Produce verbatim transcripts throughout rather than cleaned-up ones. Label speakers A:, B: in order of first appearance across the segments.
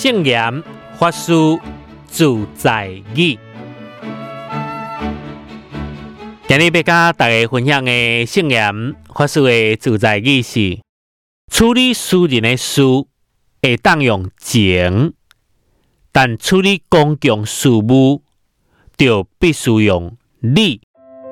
A: 圣严法师自在语。今日要甲大家分享的圣严法师的自在语是：处理私人的事会当用情，但处理公共事务就必须用理。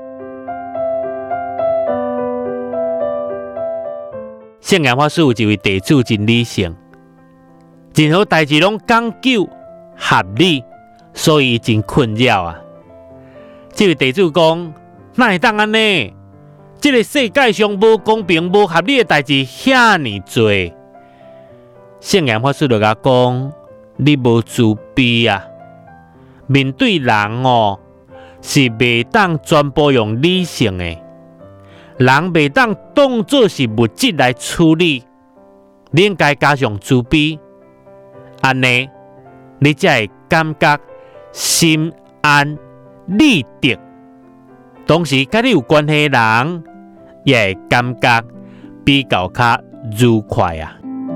A: 圣严法师有一位弟子真理性，任何代志拢讲究合理，所以真困扰啊。这位弟子讲：哪会当安尼？这个世界上无公平、无合理的代志遐尼多。圣严法师就甲讲：你无慈悲啊！面对人哦，是袂当全部用理性的。人袂当当作是物质来处理，你应该加上慈悲，安尼你才会感觉心安理得。同时，甲你有关系的人也会感觉比较较愉快啊。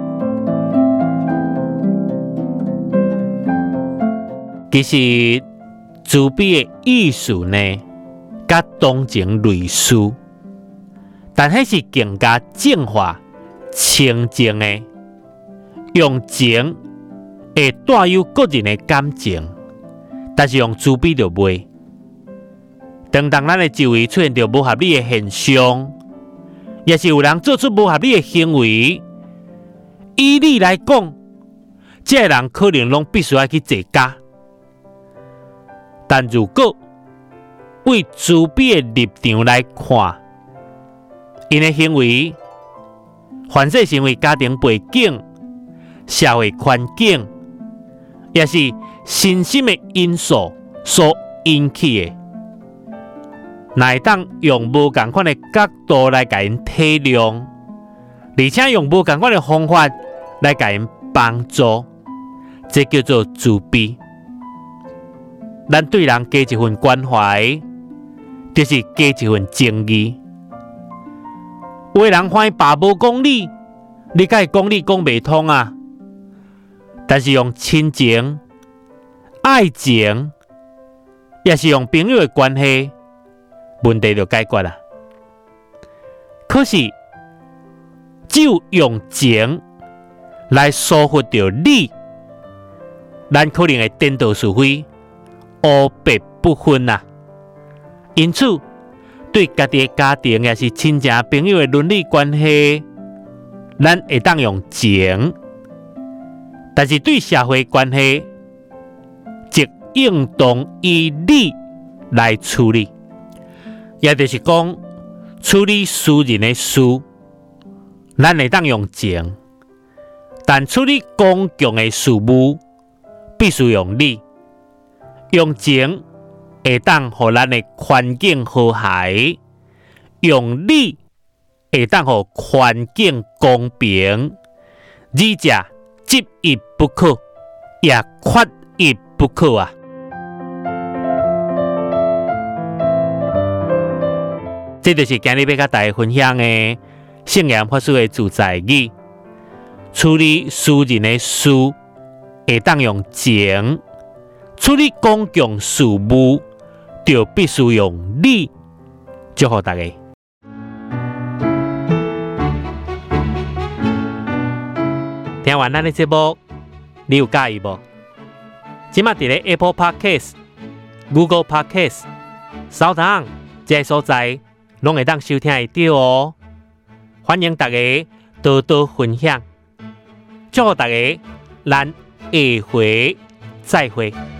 A: 其实慈悲的意思呢，甲同情类似。但迄是更加净化、清净的，用情会带有个人的感情，但是用慈悲就袂。当当咱的周围出现着无合理的现象，也是有人做出无合理的行为，以理来讲，这个人可能拢必须要去坐监。但如果为慈悲的立场来看，因的行为、犯罪行为、家庭背景、社会环境，也是身心的因素所引起的，哪会当用无同款的角度来甲因体谅，而且用无同款的方法来甲因帮助，这叫做慈悲。咱对人加一份关怀，就是加一份正义。有的人看伊爸无讲理，你甲伊讲理讲袂通啊。但是用亲情、爱情，也是用朋友的关系，问题就解决啦。可是只有用情来疏忽着理，咱可能会颠倒是非，黑白不分啊。因此，对家己的家庭也是亲情朋友的伦理关系，咱会当用情；但是对社会关系，则应当以理来处理。也就是讲，处理私人的事，咱会当用情；但处理公共的事务，必须用理。用情会当互咱的环境和谐，用理会当互环境公平，二者缺一不可，也缺一不可啊！这就是今日要甲大家分享的圣严法师的自在语。处理私人的事，会当用情；处理公共事务，就必须用理。祝福大家！听完咱的节目，你有介意无？即马伫咧 Apple Podcast、Google Podcast、SoundOn 这些所在，拢会当收听得到哦。欢迎大家多多分享，祝福大家，咱下回再会。